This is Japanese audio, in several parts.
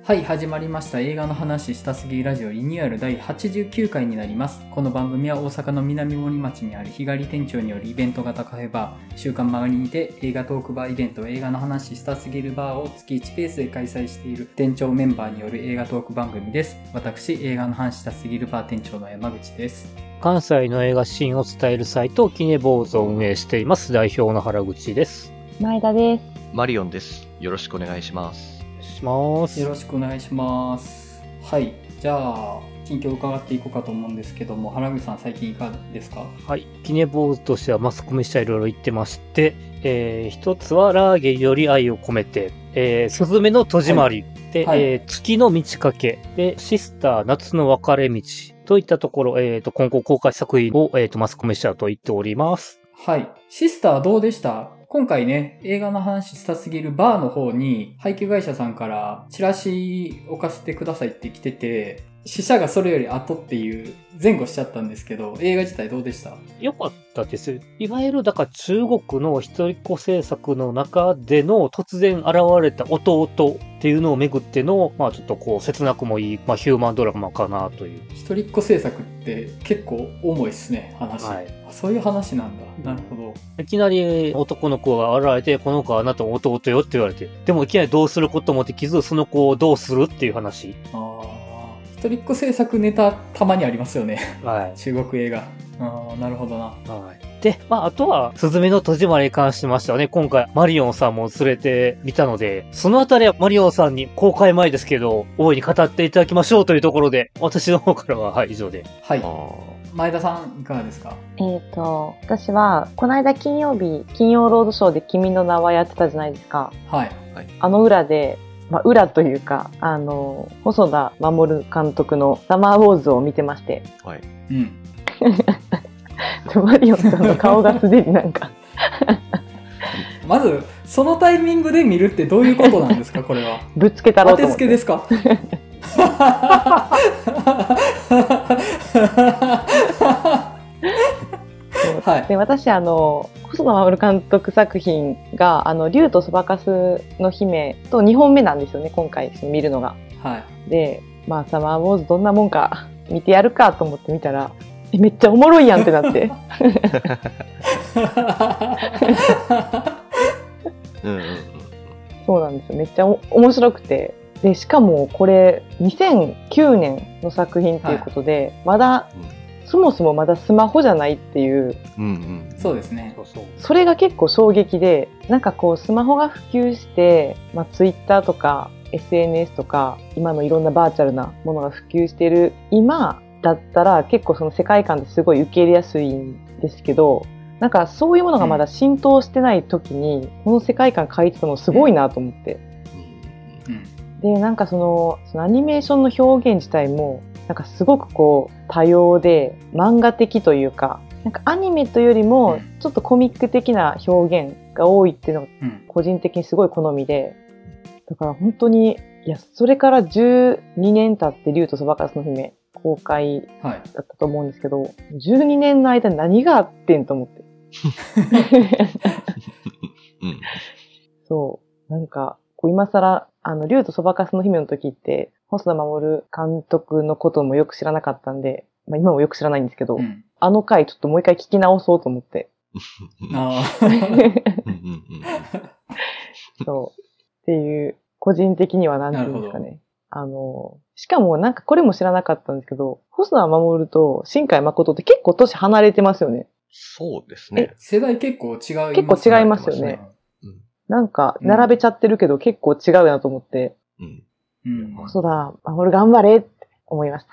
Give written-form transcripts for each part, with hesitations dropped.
はい、始まりました。映画の話したすぎラジオリニューアル第89回になります。この番組は大阪の南森町にある日帰り店長によるイベント型カフェバー、週刊マガリにて映画トークバーイベント映画の話したすぎるバーを月1ペースで開催している店長メンバーによる映画トーク番組です。私、映画の話したすぎるバー店長の山口です。 関西の映画シーンを伝えるサイトキネボーズを運営しています代表の原口です。 前田です。 マリオンです。よろしくお願いします。 よろしくお願いします。はい、じゃあ近況を伺っていこうかと思うんですけども、原口さん最近いかがですか？ はい、キネボーズとしてはマスコミ社いろいろ言ってまして、一つはラーゲより愛を込めて、すずめの戸締まり、で、 はい、 月の満ち欠けでシスター夏の分かれ道といったところ、今後公開作品を、マスコミ社と言っております。 はい。シスターどうでした？今回ね、映画の話したすぎるバーの方に配給会社さんからチラシ置かせてくださいって来てて、死者がそれより後っていう前後しちゃったんですけど、映画自体どうでした？ よかったです。いわゆるだから中国の一人っ子政策の中での突然現れた弟っていうのをめぐっての、まあちょっとこう切なくもいい、まあヒューマンドラマかなという。 一人っ子政策って結構重いっすね、話。はい、そういう話なんだ。なるほど。 いきなり男の子が現れて、この子はあなたの弟よって言われて、でもいきなりどうすることもできず、その子をどうするっていう話。 一人っ子政策ネタたまにありますよね。 はい。 中国映画。なるほどな。 はい。で、まあ、あとは、すずめの戸締まりに関しましてはね、今回、マリオンさんも連れてみたので、そのあたりはマリオンさんに公開前ですけど、大いに語っていただきましょうというところで、私の方からは、はい、以上で。 はい。前田さん、いかがですか？ 私は、この間金曜ロードショーで君の名はやってたじゃないですか。 はい。 あの裏で、まあ、裏というか、細田守監督のサマーウォーズを見てまして。 はい。 うん。 マリオンさんの顔がすでになんかまずそのタイミングで見るってどういうことなんですか？これはぶつけたろうと思って。 当てつけですか？はい、 で私細田守監督作品が竜とそばかすの姫と2本目なんですよね、今回見るのが。 はい、 で、まあサマーウォーズどんなもんか見てやるかと思って見たら、めっちゃおもろいやんってなってそうなんですよ、めっちゃ面白くて、でしかもこれ2009年の作品ということで、はい、まだ、そもそもまだスマホじゃないっていう、 そうですね。 それが結構衝撃で、なんかこうスマホが普及して、まあ、Twitter とか SNS とか今のいろんなバーチャルなものが普及している今だったら結構その世界観ですごい受け入れやすいんですけど、なんかそういうものがまだ浸透してない時にこの世界観書いてたのすごいなと思って、でなんかそのアニメーションの表現自体もなんかすごくこう多様で漫画的というか、なんかアニメというよりもちょっとコミック的な表現が多いっていうのが個人的にすごい好みで、だから本当にそれから12年経って竜とそばかすの姫公開だったと思うんですけど、12年の間何があってんと思ってそうなんかこう今更竜とそばかすの姫の時って細田守監督のこともよく知らなかったんで、まあ、今もよく知らないんですけど、あの回ちょっともう一回聞き直そうと思ってそうっていう個人的には何て言うんですかね、しかもなんかこれも知らなかったんですけど、細田守と新海誠って結構年離れてますよね。 そうですね。 世代結構違いますね。 結構違いますよね。なんか並べちゃってるけど結構違うなと思って、細田守頑張れって思いました。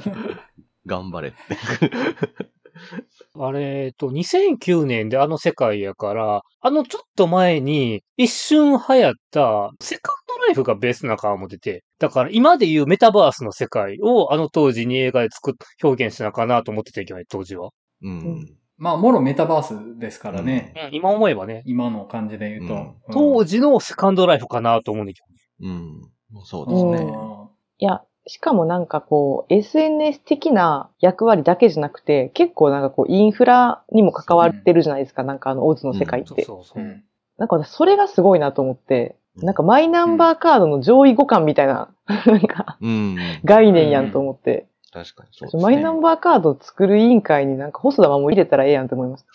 頑張れって。 あれ、2009年であの世界やから、ちょっと前に一瞬流行ったセカンドライフがベースな感も出て、だから今でいうメタバースの世界を当時に映画で表現しなかなと思ってたけどね、当時は。 まあ、もろメタバースですからね。 今思えばね。 今の感じで言うと。 当時のセカンドライフかなと思うんだけどね。 そうですね。 いや、しかもなんかこう SNS 的な役割だけじゃなくて、結構なんかこうインフラにも関わってるじゃないですか、なんかオズの世界って。なんかそれがすごいなと思って、 なんかマイナンバーカードの上位互換みたいな、なんか、概念やんと思って。 確かにそうですね。 マイナンバーカードを作る委員会になんか細田守入れたらええやんと思いました。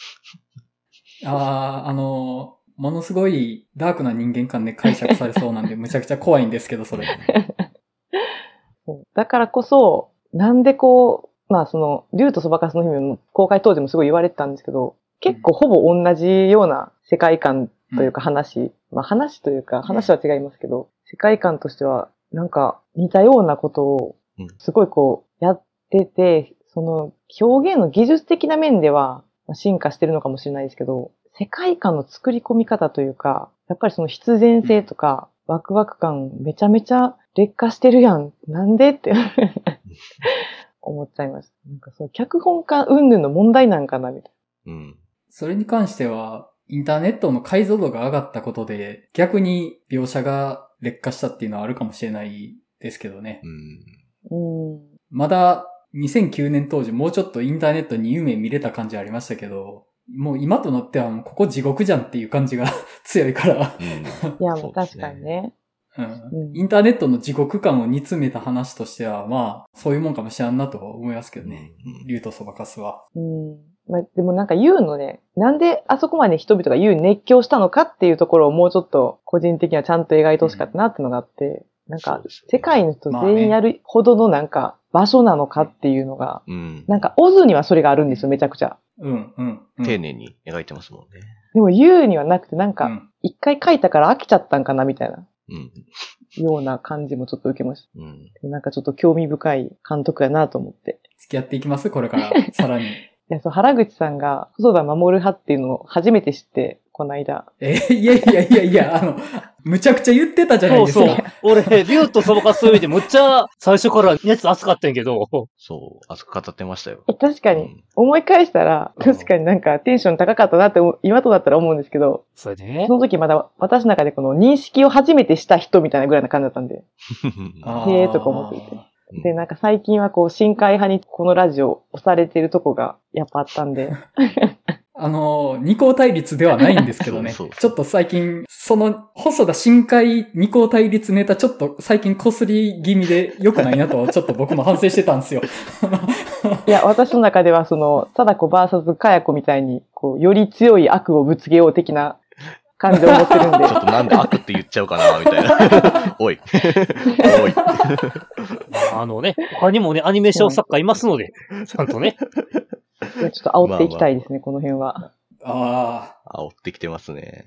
ものすごいダークな人間観で解釈されそうなんで、むちゃくちゃ怖いんですけど、それ。 だからこそ、なんでこう、まあその、竜とそばかすの姫も公開当時もすごい言われてたんですけど、結構ほぼ同じような世界観というか話、まあ話というか話は違いますけど、世界観としてはなんか似たようなことをすごいこうやってて、その表現の技術的な面では進化してるのかもしれないですけど、世界観の作り込み方というか、やっぱりその必然性とかワクワク感めちゃめちゃ劣化してるやん。なんでって思っちゃいました。なんかその脚本家云々の問題なんかなみたいな。 それに関しては、インターネットの解像度が上がったことで、逆に描写が劣化したっていうのはあるかもしれないですけどね。まだ2009年当時もうちょっとインターネットに夢見れた感じありましたけど、もう今となってはもうここ地獄じゃんっていう感じが強いから。 いや、もう確かにね。 インターネットの地獄感を煮詰めた話としては、まあ、そういうもんかもしれんなと思いますけどね。竜とそばかすは。 まあ、でもなんかユウのね、なんであそこまで人々がユウに熱狂したのかっていうところをもうちょっと個人的にはちゃんと描いてほしかったなっていうのがあって、なんか世界の人全員やるほどのなんか場所なのかっていうのが、なんかオズにはそれがあるんですよ、めちゃくちゃ。 丁寧に描いてますもんね。 でもユウにはなくてなんか、一回書いたから飽きちゃったんかなみたいな。ような感じもちょっと受けました。なんかちょっと興味深い監督やなと思って。 付き合っていきますこれから、さらに。 いや、そう、原口さんが細田守派っていうのを初めて知って、この間。 いや、むちゃくちゃ言ってたじゃないですか。 そう。俺、竜とそばかす上でむっちゃ最初から熱熱かったんやけど。 そう、熱く語ってましたよ。 確かに、思い返したら、確かになんかテンション高かったなって今とだったら思うんですけど、 それでね。 その時まだ私の中でこの認識を初めてした人みたいなぐらいな感じだったんで、へーとか思っていて。で、なんか最近はこう、新海派にこのラジオ押されてるとこがやっぱあったんで。 二項対立ではないんですけどね。ちょっと最近、その、細田新海二項対立ネタちょっと最近擦り気味で良くないなと、ちょっと僕も反省してたんですよ。 いや、私の中ではその、貞子 VS かや子みたいに、こう、より強い悪をぶつけよう的な感じを持ってるんで。 ちょっとなんで悪って言っちゃうかな、みたいな。おい。 他にもね、アニメーション作家いますので、ちゃんとね。 ちょっと煽っていきたいですね、この辺は。 煽ってきてますね。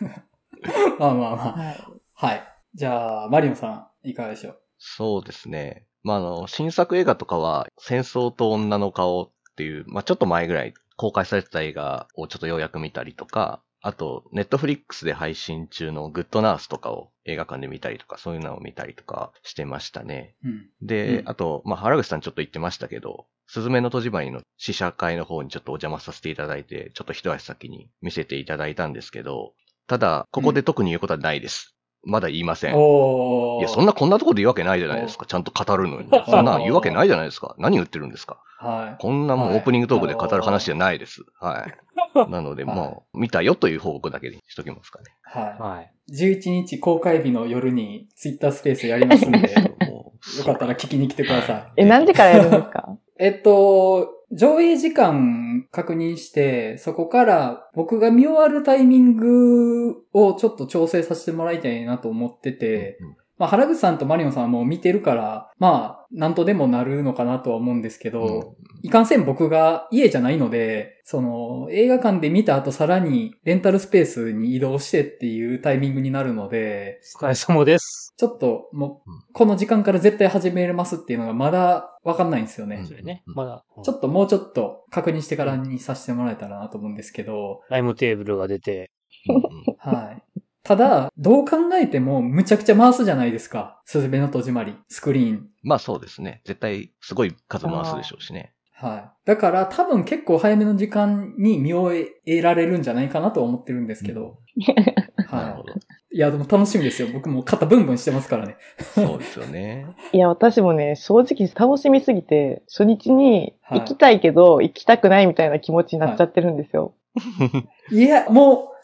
はい。じゃあ、マリオさん、いかがでしょう？ そうですね。新作映画とかは、戦争と女の顔っていう、ちょっと前ぐらい公開されてた映画をちょっとようやく見たりとか、あと、ネットフリックスで配信中のグッドナースとかを映画館で見たりとか、そういうのを見たりとかしてましたね。で、あと、原口さんちょっと言ってましたけど、すずめの戸締まりの試写会の方にちょっとお邪魔させていただいて、ちょっと一足先に見せていただいたんですけど、ただ、ここで特に言うことはないです。まだ言いません。いや、こんなとこで言うわけないじゃないですか。ちゃんと語るのに。そんな言うわけないじゃないですか。何言ってるんですか。こんなもんオープニングトークで語る話じゃないです。なので、見たよという報告だけにしときますかね。 11日公開日の夜にツイッタースペースやりますんで、よかったら聞きに来てください。 何時からやるんですか？ 上映時間確認して、そこから僕が見終わるタイミングをちょっと調整させてもらいたいなと思ってて、原口さんとマリオンさんはもう見てるから、なんとでもなるのかなとは思うんですけど、いかんせん僕が家じゃないので、映画館で見た後さらにレンタルスペースに移動してっていうタイミングになるので、 お疲れ様です。 ちょっともう、この時間から絶対始めれますっていうのがまだわかんないんですよね。 まだ。 もうちょっと確認してからにさせてもらえたらなと思うんですけど。 タイムテーブルが出て。 ただ、どう考えてもむちゃくちゃ回すじゃないですか。すずめの戸締まり、スクリーン。 そうですね。絶対すごい数回すでしょうしね。 だから多分結構早めの時間に見終えられるんじゃないかなと思ってるんですけど。 なるほど。 いや、でも楽しみですよ。僕も肩ブンブンしてますからね。 そうですよね。 いや、私もね、正直楽しみすぎて、初日に行きたいけど、行きたくないみたいな気持ちになっちゃってるんですよ。 いや、もう、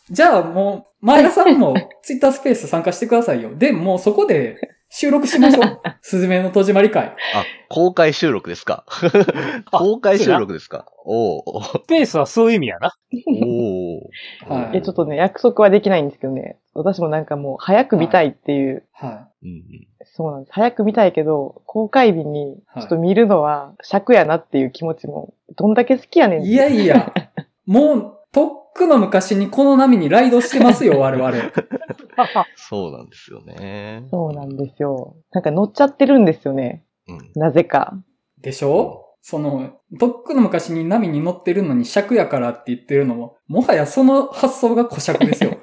じゃあもう、前田さんもツイッタースペース参加してくださいよ。で、もうそこで収録しましょう。すずめの戸締まり会。 あ、公開収録ですか。公開収録ですか。おお。 スペースはそういう意味やな。 おお。 はいちょっとね、約束はできないんですけどね。私もなんかもう早く見たいっていう、 はうんうん。 そうなんです。早く見たいけど、公開日にちょっと見るのは尺やなっていう気持ちも、どんだけ好きやねんっい。 て。 いやいや、もう、とっくの昔にこの波にライドしてますよ、我々。 そうなんですよね。 そうなんですよ。なんか乗っちゃってるんですよね。 うん。 なぜか。 でしょ？その、とっくの昔に波に乗ってるのに尺やからって言ってるのも、もはやその発想が古尺ですよ。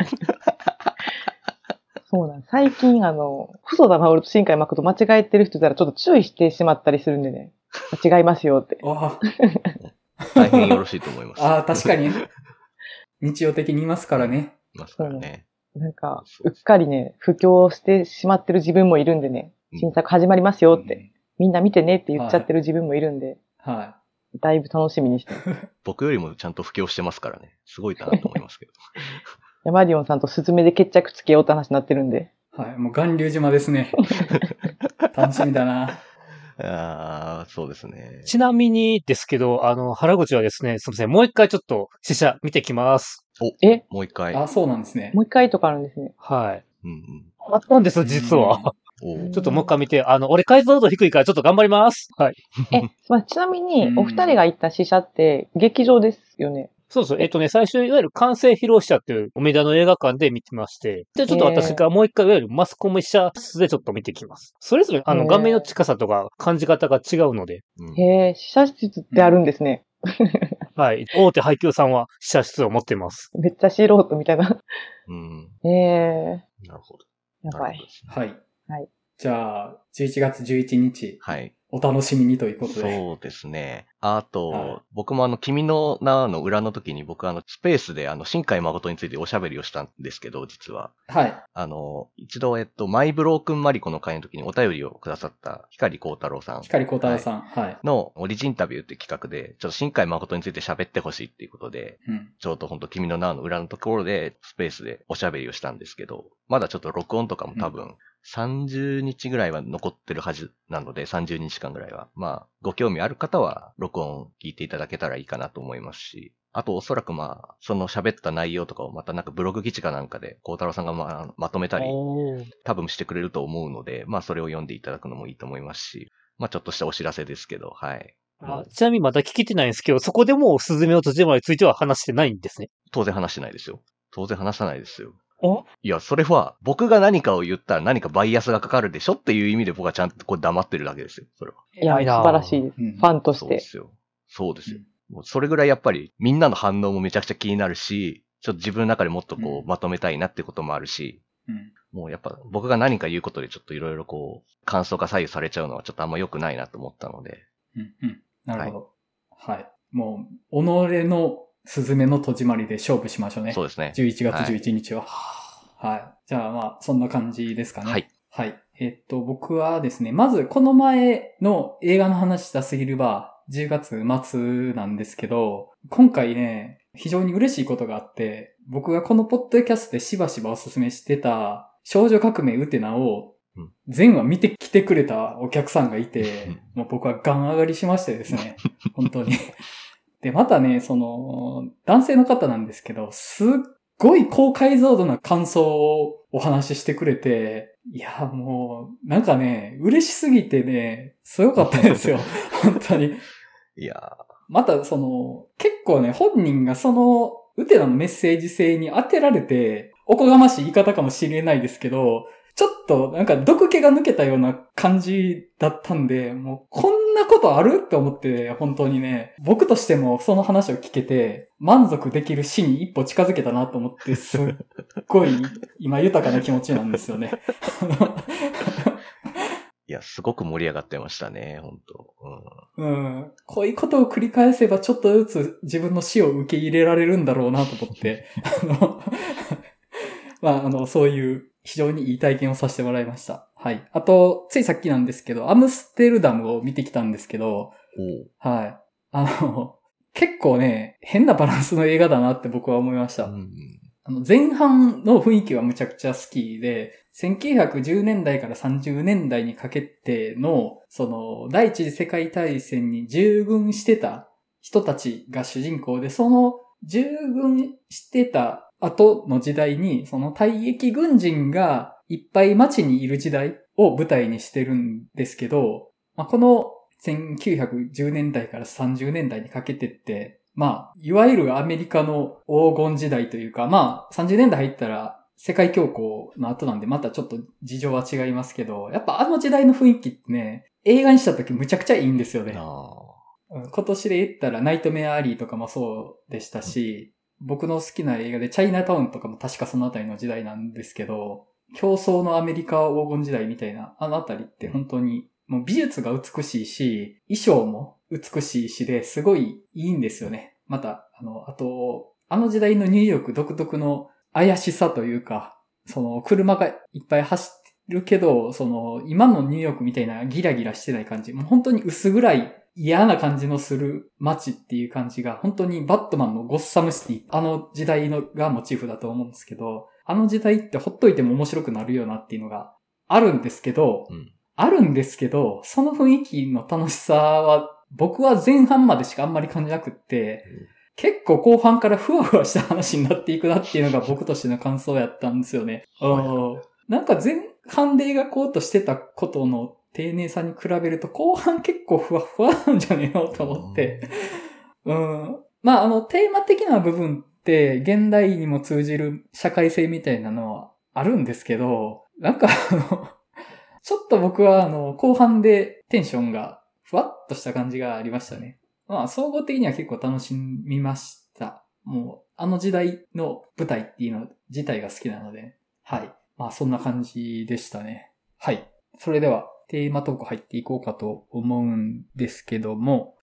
そうなんです。最近細田守と新海誠間違えてる人いたらちょっと注意してしまったりするんでね。違いますよって。 あ大変よろしいと思います。 あ、確かに。日常的にいますからね。 いますからね。 なんか、うっかりね、布教してしまってる自分もいるんでね、新作始まりますよって、みんな見てねって言っちゃってる自分もいるんで、 はだいぶ楽しみにしてます。 僕よりもちゃんと布教してますからね。すごいかなと思いますけど。 山ディオンさんとスズメで決着つけようって話になってるんで。 い。はい。もう巌流島ですね。楽しみだな。 ああ、そうですね。 ちなみにですけど、原口はですね、すみません、もう一回ちょっと試写見てきます。 もう一回。 あ、そうなんですね。 もう一回とかあるんですね。 はい。 うんうん。 あったんです、実は。 おうちょっともう一回見て、俺解像度低いからちょっと頑張ります。はい。 ちなみに、お二人が行った試写って劇場ですよね。 そうそう。最初、いわゆる完成披露試写っていう梅田の映画館で見てまして、で、ちょっと私がもう一回、いわゆるマスコミ試写室でちょっと見てきます。それぞれ、画面の近さとか感じ方が違うので。 へえ、試写室ってあるんですね。 はい。大手配給さんは試写室を持ってます。 めっちゃ素人みたいな。 うん。なるほど。 やばい。 はい。 はい。 じゃあ、11月11日。 はい。 お楽しみにということで。 そうですね。あと、 はい僕も君の名の裏の時に僕スペースで新海誠についておしゃべりをしたんですけど、実は。 はい。 一度、マイブロークンマリコの会の時にお便りをくださった光光太郎さん。 光光太郎さん。はい。 のオリジンインタビューって企画で、ちょっと新海誠について喋ってほしいっていうことで、 うん。 ちょうど本当君の名の裏のところでスペースでおしゃべりをしたんですけど、まだちょっと録音とかも多分30日ぐらいは残ってるはずなので、30日間ぐらいは。まあ、ご興味ある方は録音聞いていただけたらいいかなと思いますし、あとおそらくその喋った内容とかをまたなんかブログ記事かなんかで、孝太郎さんがまとめたり、多分してくれると思うので、それを読んでいただくのもいいと思いますし、ちょっとしたお知らせですけど、はい。 ちなみにまだ聞けてないんですけど、そこでもうスズメの戸締まりについては話してないんですね。 当然話してないですよ。当然話さないですよ。 おいや、それは、僕が何かを言ったら何かバイアスがかかるでしょっていう意味で僕はちゃんとこう黙ってるだけですよ、それは。 いや、素晴らしいです。ファンとして。 そうですよ。そうですよ。もうそれぐらいやっぱりみんなの反応もめちゃくちゃ気になるし、ちょっと自分の中でもっとこうまとめたいなってこともあるし、もうやっぱ僕が何か言うことでちょっといろいろこう、感想が左右されちゃうのはちょっとあんま良くないなと思ったので。 なるほど。はい。もう、己のスズメの戸締まりで勝負しましょうね。 そうですね。 11月11日は。はい。じゃあそんな感じですかね。 はい。 はい。僕はですね、まずこの前の映画の話したすぎるバー、10月末なんですけど、今回ね、非常に嬉しいことがあって、僕がこのポッドキャストでしばしばおすすめしてた少女革命ウテナを全話見てきてくれたお客さんがいて、もう僕はガン上がりしましてですね、本当に。で、またね、男性の方なんですけど、すっごい高解像度な感想をお話ししてくれて、いや、もう、なんかね、嬉しすぎてね、すごかったですよ。本当に。 いやまた結構ね、本人がウテナのメッセージ性に当てられて、おこがましい言い方かもしれないですけど、ちょっとなんか毒気が抜けたような感じだったんで、もうこんなことあるって思って、本当にね、僕としてもその話を聞けて、満足できる死に一歩近づけたなと思って、すっごい今豊かな気持ちなんですよね。 いや、すごく盛り上がってましたね、本当。 こういうことを繰り返せばちょっとずつ自分の死を受け入れられるんだろうなと思って、そういう非常にいい体験をさせてもらいました。はい。あと、ついさっきなんですけど、アムステルダムを見てきたんですけど、はい。結構ね、変なバランスの映画だなって僕は思いました。 前半の雰囲気はむちゃくちゃ好きで、1910年代から30年代にかけての、第一次世界大戦に従軍してた人たちが主人公で、その従軍してた後の時代に、その退役軍人がいっぱい街にいる時代を舞台にしてるんですけど、この1910年代から30年代にかけてって、いわゆるアメリカの黄金時代というか、30年代入ったら世界恐慌の後なんでまたちょっと事情は違いますけど、やっぱあの時代の雰囲気ってね、映画にした時むちゃくちゃいいんですよね。今年で言ったらナイトメアアリーとかもそうでしたし、僕の好きな映画でチャイナタウンとかも確かそのあたりの時代なんですけど、競争のアメリカ黄金時代みたいなあのあたりって本当にもう美術が美しいし、衣装も美しいしですごいいいんですよね。また、あと、あの時代のニューヨーク独特の怪しさというか、車がいっぱい走ってるけど、今のニューヨークみたいなギラギラしてない感じ、もう本当に薄暗い嫌な感じのする街っていう感じが、本当にバットマンのゴッサムシティ、あの時代のがモチーフだと思うんですけど、あの時代ってほっといても面白くなるよなっていうのがあるんですけど、その雰囲気の楽しさは、僕は前半までしかあんまり感じなくって、結構後半からふわふわした話になっていくなっていうのが僕としての感想やったんですよね。なんか前半で描こうとしてたことの丁寧さに比べると後半結構ふわふわなんじゃねえのと思って。テーマ的な部分って現代にも通じる社会性みたいなのはあるんですけど、なんかちょっと僕は後半でテンションがふわっとした感じがありましたね。総合的には結構楽しみました。もう、あの時代の舞台っていうの自体が好きなので、はい。そんな感じでしたね。はい。それでは、テーマトーク入っていこうかと思うんですけども、